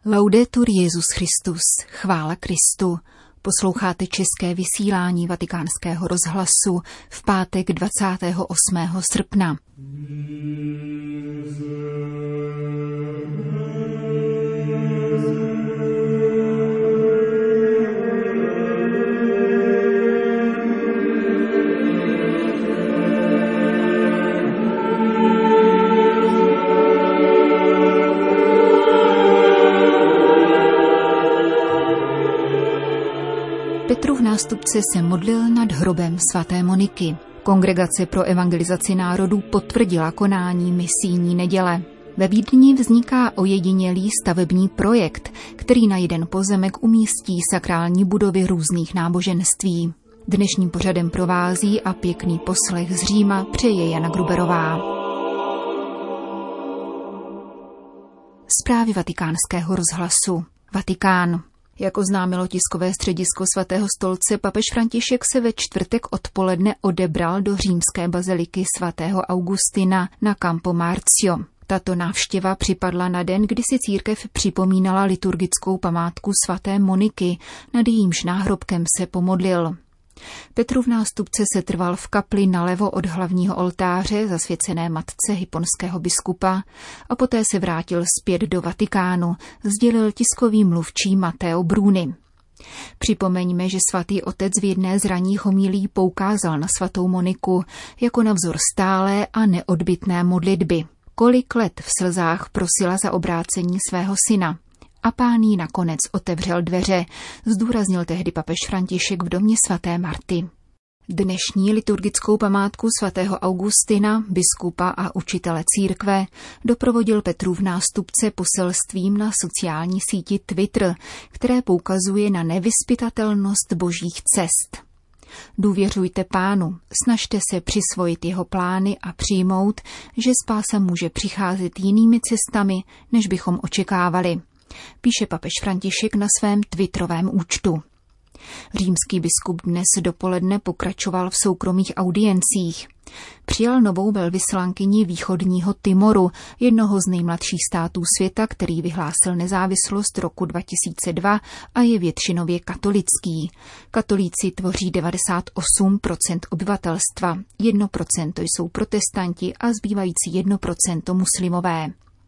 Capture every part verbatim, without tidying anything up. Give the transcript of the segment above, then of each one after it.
Laudetur Jesus Christus, chvála Kristu. Posloucháte české vysílání Vatikánského rozhlasu v pátek dvacátého osmého srpna. Petrův nástupce se modlil nad hrobem svaté Moniky. Kongregace pro evangelizaci národů potvrdila konání misijní neděle. Ve Vídni vzniká ojedinělý stavební projekt, který na jeden pozemek umístí sakrální budovy různých náboženství. Dnešním pořadem provází a pěkný poslech z Říma přeje Jana Gruberová. Zprávy Vatikánského rozhlasu. Vatikán. Jak oznámilo tiskové středisko svatého stolce, papež František se ve čtvrtek odpoledne odebral do římské baziliky svatého Augustina na Campo Marzio. Tato návštěva připadla na den, kdy si církev připomínala liturgickou památku svaté Moniky, nad jejímž náhrobkem se pomodlil. Petrův nástupce se trval v kapli nalevo od hlavního oltáře zasvěcené matce hyponského biskupa a poté se vrátil zpět do Vatikánu, sdělil tiskový mluvčí Matteo Bruni. Připomeňme, že svatý otec v jedné z ranních homilí poukázal na svatou Moniku jako na vzor stálé a neodbytné modlitby. Kolik let v slzách prosila za obrácení svého syna. A Pán jí nakonec otevřel dveře, zdůraznil tehdy papež František v domě svaté Marty. Dnešní liturgickou památku svatého Augustina, biskupa a učitele církve, doprovodil Petrův nástupce poselstvím na sociální síti Twitter, které poukazuje na nevyzpytatelnost božích cest. Důvěřujte Pánu, snažte se přisvojit jeho plány a přijmout, že spása může přicházet jinými cestami, než bychom očekávali, píše papež František na svém twitterovém účtu. Římský biskup dnes dopoledne pokračoval v soukromých audiencích. Přijal novou velvyslankyni východního Timoru, jednoho z nejmladších států světa, který vyhlásil nezávislost roku dva tisíce dva a je většinově katolický. Katolíci tvoří devadesát osm procent obyvatelstva, jedno procento jsou protestanti a zbývající jedno procento muslimové.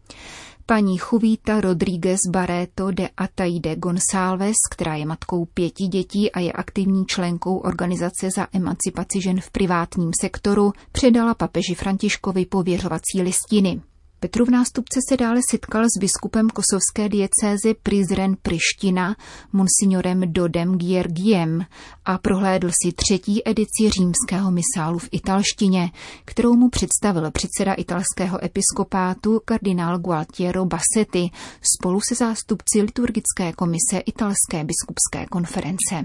Paní Juanita Rodríguez Barreto de Ataide Gonçalves, která je matkou pěti dětí a je aktivní členkou organizace za emancipaci žen v privátním sektoru, předala papeži Františkovi pověřovací listiny. Petrův nástupce se dále setkal s biskupem kosovské diecéze Prizren Priština, monsignorem Dodem Georgiem, a prohlédl si třetí edici římského misálu v italštině, kterou mu představil předseda italského episkopátu kardinál Gualtiero Bassetti spolu se zástupci liturgické komise italské biskupské konference.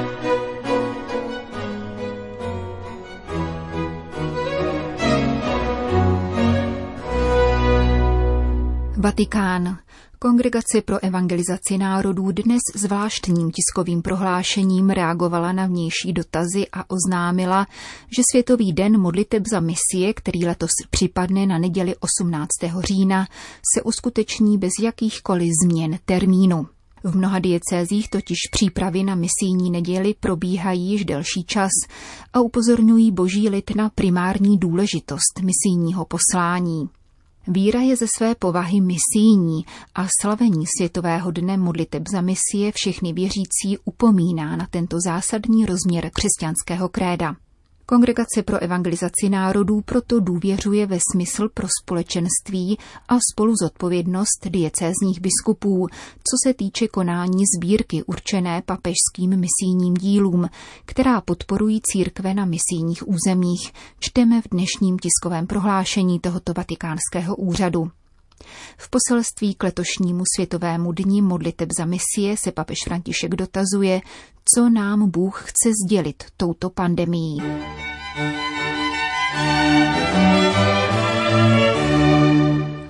Vatikán. Kongregace pro evangelizaci národů dnes zvláštním tiskovým prohlášením reagovala na vnější dotazy a oznámila, že Světový den modliteb za misie, který letos připadne na neděli osmnáctého října, se uskuteční bez jakýchkoliv změn termínu. V mnoha diecézích totiž přípravy na misijní neděli probíhají již delší čas a upozorňují boží lid na primární důležitost misijního poslání. Víra je ze své povahy misijní a slavení Světového dne modliteb za misie všechny věřící upomíná na tento zásadní rozměr křesťanského kréda. Kongregace pro evangelizaci národů proto důvěřuje ve smysl pro společenství a spoluzodpovědnost diecézních biskupů, co se týče konání sbírky určené papežským misijním dílům, která podporují církve na misijních územích, čteme v dnešním tiskovém prohlášení tohoto vatikánského úřadu. V poselství k letošnímu Světovému dni modliteb za misie se papež František dotazuje, co nám Bůh chce sdělit touto pandemií.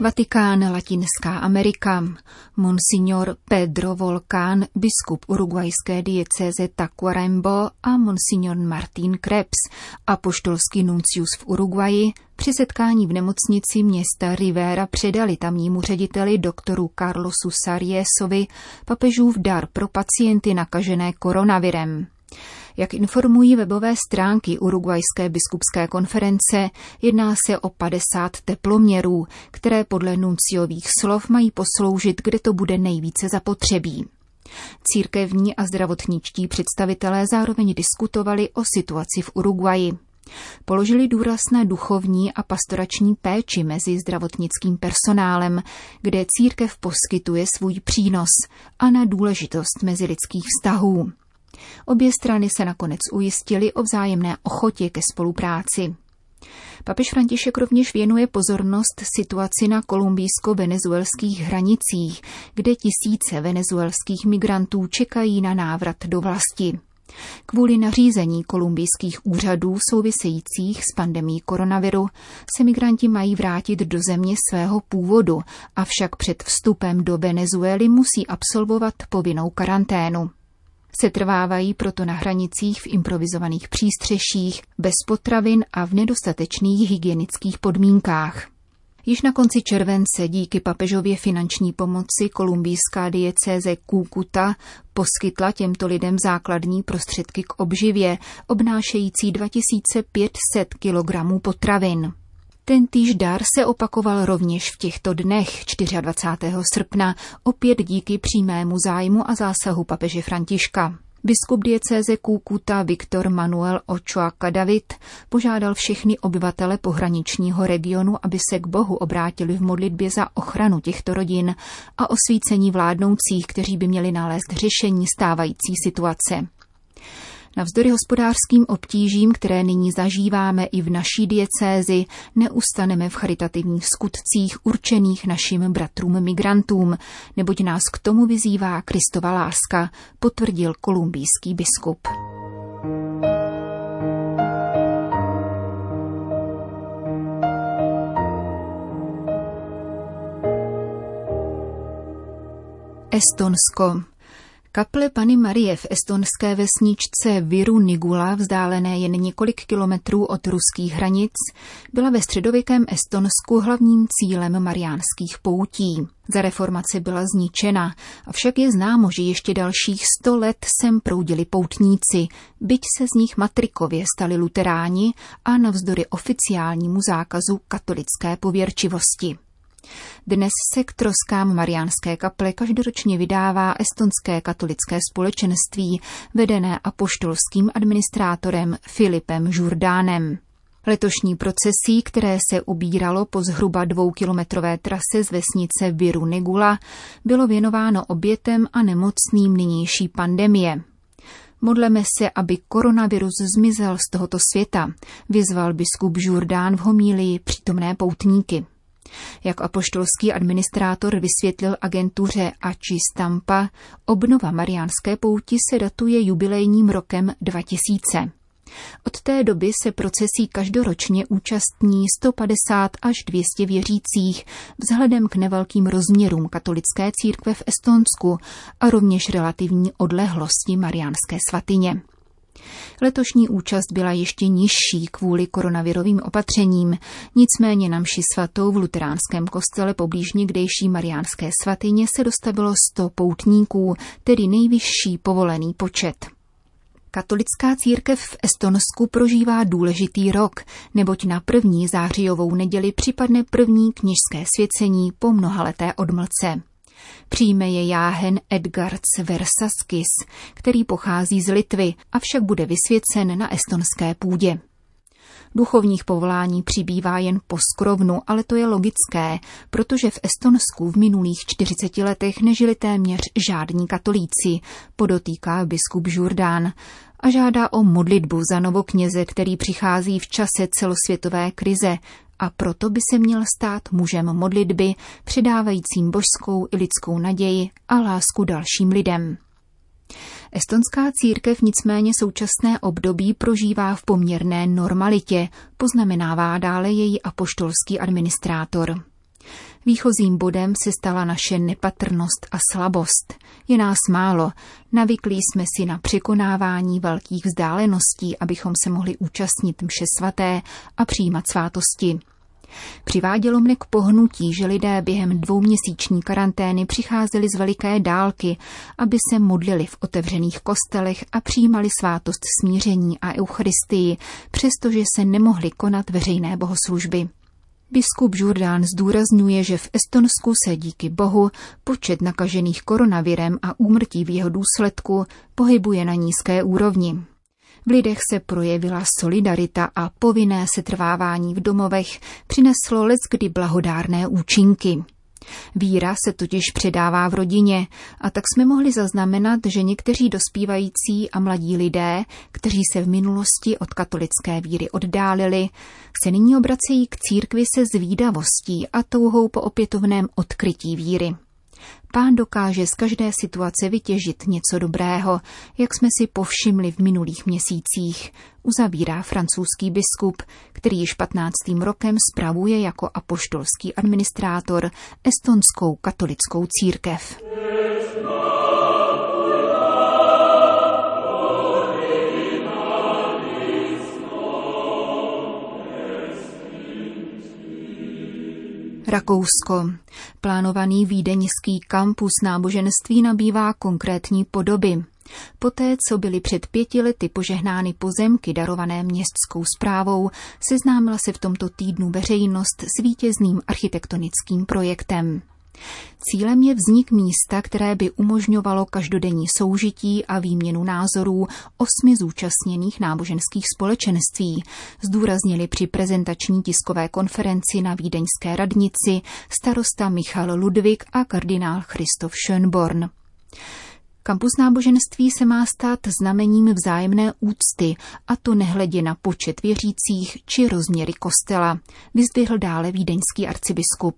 Vatikán, Latinská Amerika. Monsignor Pedro Volcán, biskup uruguayské diecéze Tacuarembó, a monsignor Martín Krebs, apoštolský nuncius v Uruguayi, při setkání v nemocnici města Rivera předali tamnímu řediteli doktoru Carlosu Sariesovi papežův dar pro pacienty nakažené koronavirem. Jak informují webové stránky Uruguayské biskupské konference, jedná se o padesát teploměrů, které podle nunciových slov mají posloužit, kde to bude nejvíce zapotřebí. Církevní a zdravotničtí představitelé zároveň diskutovali o situaci v Uruguayi. Položili důraz na duchovní a pastorační péči mezi zdravotnickým personálem, kde církev poskytuje svůj přínos, a na důležitost mezilidských vztahů. Obě strany se nakonec ujistily o vzájemné ochotě ke spolupráci. Papež František rovněž věnuje pozornost situaci na kolumbijsko-venezuelských hranicích, kde tisíce venezuelských migrantů čekají na návrat do vlasti. Kvůli nařízení kolumbijských úřadů souvisejících s pandemií koronaviru se migranti mají vrátit do země svého původu, avšak před vstupem do Venezuely musí absolvovat povinnou karanténu. Setrvávají proto na hranicích v improvizovaných přístřeších, bez potravin a v nedostatečných hygienických podmínkách. Již na konci července díky papežově finanční pomoci kolumbijská diecéze Cúcuta poskytla těmto lidem základní prostředky k obživě, obnášející dva tisíce pět set kilogramů potravin. Tentýž dar se opakoval rovněž v těchto dnech dvacátého čtvrtého srpna, opět díky přímému zájmu a zásahu papeže Františka. Biskup diecéze Cúcuta Víctor Manuel Ochoa Cadavid požádal všechny obyvatele pohraničního regionu, aby se k Bohu obrátili v modlitbě za ochranu těchto rodin a osvícení vládnoucích, kteří by měli nalézt řešení stávající situace. Navzdory hospodářským obtížím, které nyní zažíváme i v naší diecézi, neustaneme v charitativních skutcích určených našim bratrům migrantům, neboť nás k tomu vyzývá Kristova láska, potvrdil kolumbijský biskup. Estonsko. Kaple Panny Marie v estonské vesničce Viru Nigula, vzdálené jen několik kilometrů od ruských hranic, byla ve středověkém Estonsku hlavním cílem mariánských poutí. Za reformace byla zničena, avšak je známo, že ještě dalších sto let sem proudili poutníci, byť se z nich matrikově stali luteráni a navzdory oficiálnímu zákazu katolické pověrčivosti. Dnes se k troskám mariánské kaple každoročně vydává estonské katolické společenství, vedené apoštolským administrátorem Filipem Jourdánem. Letošní procesí, které se ubíralo po zhruba dvoukilometrové trase z vesnice Viru Nigula, bylo věnováno obětem a nemocným nynější pandemie. Modleme se, aby koronavirus zmizel z tohoto světa, vyzval biskup Jourdán v homílii přítomné poutníky. Jak apoštolský administrátor vysvětlil agentuře Aci Stampa, obnova mariánské pouti se datuje jubilejním rokem dva tisíce. Od té doby se procesí každoročně účastní sto padesát až dvě stě věřících vzhledem k nevelkým rozměrům katolické církve v Estonsku a rovněž relativní odlehlosti mariánské svatyně. Letošní účast byla ještě nižší kvůli koronavirovým opatřením, nicméně na mši svatou v luteránském kostele poblíž někdejší mariánské svatyně se dostavilo sto poutníků, tedy nejvyšší povolený počet. Katolická církev v Estonsku prožívá důležitý rok, neboť na první zářijovou neděli připadne první kněžské svěcení po mnohaleté odmlce. Přijme je jáhen Edgards Versaskis, který pochází z Litvy, avšak bude vysvěcen na estonské půdě. Duchovních povolání přibývá jen po skrovnu, ale to je logické, protože v Estonsku v minulých čtyřiceti letech nežili téměř žádní katolíci, podotýká biskup Jourdán, a žádá o modlitbu za novokněze, který přichází v čase celosvětové krize, a proto by se měl stát mužem modlitby, předávajícím božskou i lidskou naději a lásku dalším lidem. Estonská církev nicméně současné období prožívá v poměrné normalitě, poznamenává dále její apoštolský administrátor. Výchozím bodem se stala naše nepatrnost a slabost. Je nás málo, navykli jsme si na překonávání velkých vzdáleností, abychom se mohli účastnit mše svaté a přijímat svátosti. Přivádělo mne k pohnutí, že lidé během dvouměsíční karantény přicházeli z veliké dálky, aby se modlili v otevřených kostelech a přijímali svátost smíření a eucharistii, přestože se nemohly konat veřejné bohoslužby. Biskup Jourdán zdůrazňuje, že v Estonsku se díky Bohu počet nakažených koronavirem a úmrtí v jeho důsledku pohybuje na nízké úrovni. V lidech se projevila solidarita a povinné setrvávání v domovech přineslo leckdy blahodárné účinky. Víra se totiž předává v rodině a tak jsme mohli zaznamenat, že někteří dospívající a mladí lidé, kteří se v minulosti od katolické víry oddálili, se nyní obracejí k církvi se zvídavostí a touhou po opětovném odkrytí víry. Pán dokáže z každé situace vytěžit něco dobrého, jak jsme si povšimli v minulých měsících, uzavírá francouzský biskup, který již patnáctým rokem spravuje jako apoštolský administrátor estonskou katolickou církev. Rakousko. Plánovaný vídeňský kampus náboženství nabývá konkrétní podoby. Poté, co byly před pěti lety požehnány pozemky darované městskou správou, seznámila se v tomto týdnu veřejnost s vítězným architektonickým projektem. Cílem je vznik místa, které by umožňovalo každodenní soužití a výměnu názorů osmi zúčastněných náboženských společenství, zdůraznili při prezentační tiskové konferenci na vídeňské radnici starosta Michal Ludvík a kardinál Christoph Schönborn. Kampus náboženství se má stát znamením vzájemné úcty, a to nehledě na počet věřících či rozměry kostela, vyzdvihl dále vídeňský arcibiskup.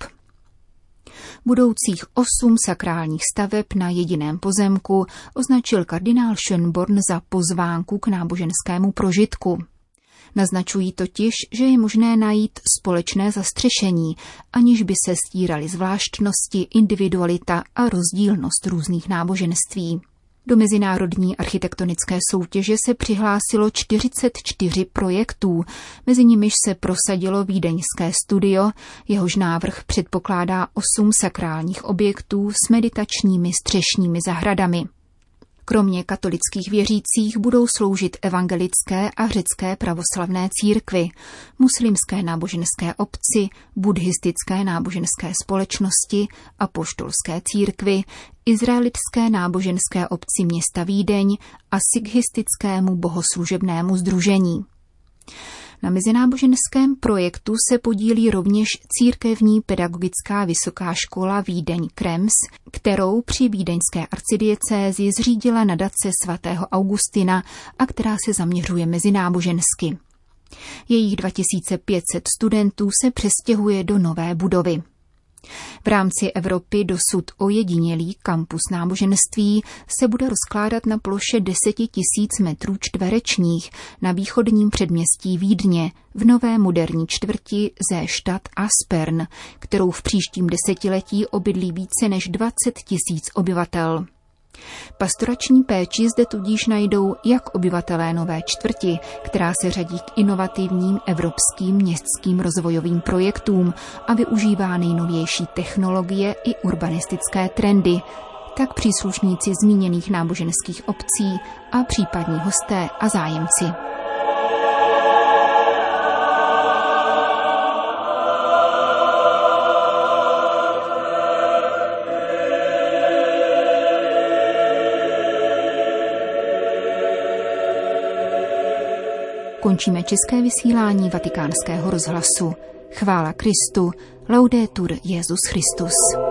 Budoucích osm sakrálních staveb na jediném pozemku označil kardinál Schönborn za pozvánku k náboženskému prožitku. Naznačují totiž, že je možné najít společné zastřešení, aniž by se stíraly zvláštnosti, individualita a rozdílnost různých náboženství. Do mezinárodní architektonické soutěže se přihlásilo čtyřicet čtyři projektů, mezi nimiž se prosadilo vídeňské studio, jehož návrh předpokládá osm sakrálních objektů s meditačními střešními zahradami. Kromě katolických věřících budou sloužit evangelické a řecké pravoslavné církvy, muslimské náboženské obci, buddhistické náboženské společnosti, apoštolské církvy, izraelitské náboženské obci města Vídeň a sikhistickému bohoslužebnému sdružení. Na mezináboženském projektu se podílí rovněž církevní pedagogická vysoká škola Vídeň Krems, kterou při vídeňské arcidiecézi zřídila nadace svatého Augustina a která se zaměřuje mezinábožensky. Jejich dva tisíce pět set studentů se přestěhuje do nové budovy. V rámci Evropy dosud ojedinělý kampus náboženství se bude rozkládat na ploše deset tisíc metrů čtverečních na východním předměstí Vídně v nové moderní čtvrti Seestadt Aspern, kterou v příštím desetiletí obydlí více než dvacet tisíc obyvatel. Pastorační péči zde tudíž najdou jak obyvatelé nové čtvrti, která se řadí k inovativním evropským městským rozvojovým projektům a využívá nejnovější technologie i urbanistické trendy, tak příslušníci zmíněných náboženských obcí a případní hosté a zájemci. Končíme české vysílání Vatikánského rozhlasu. Chvála Kristu, laudetur Jesus Christus.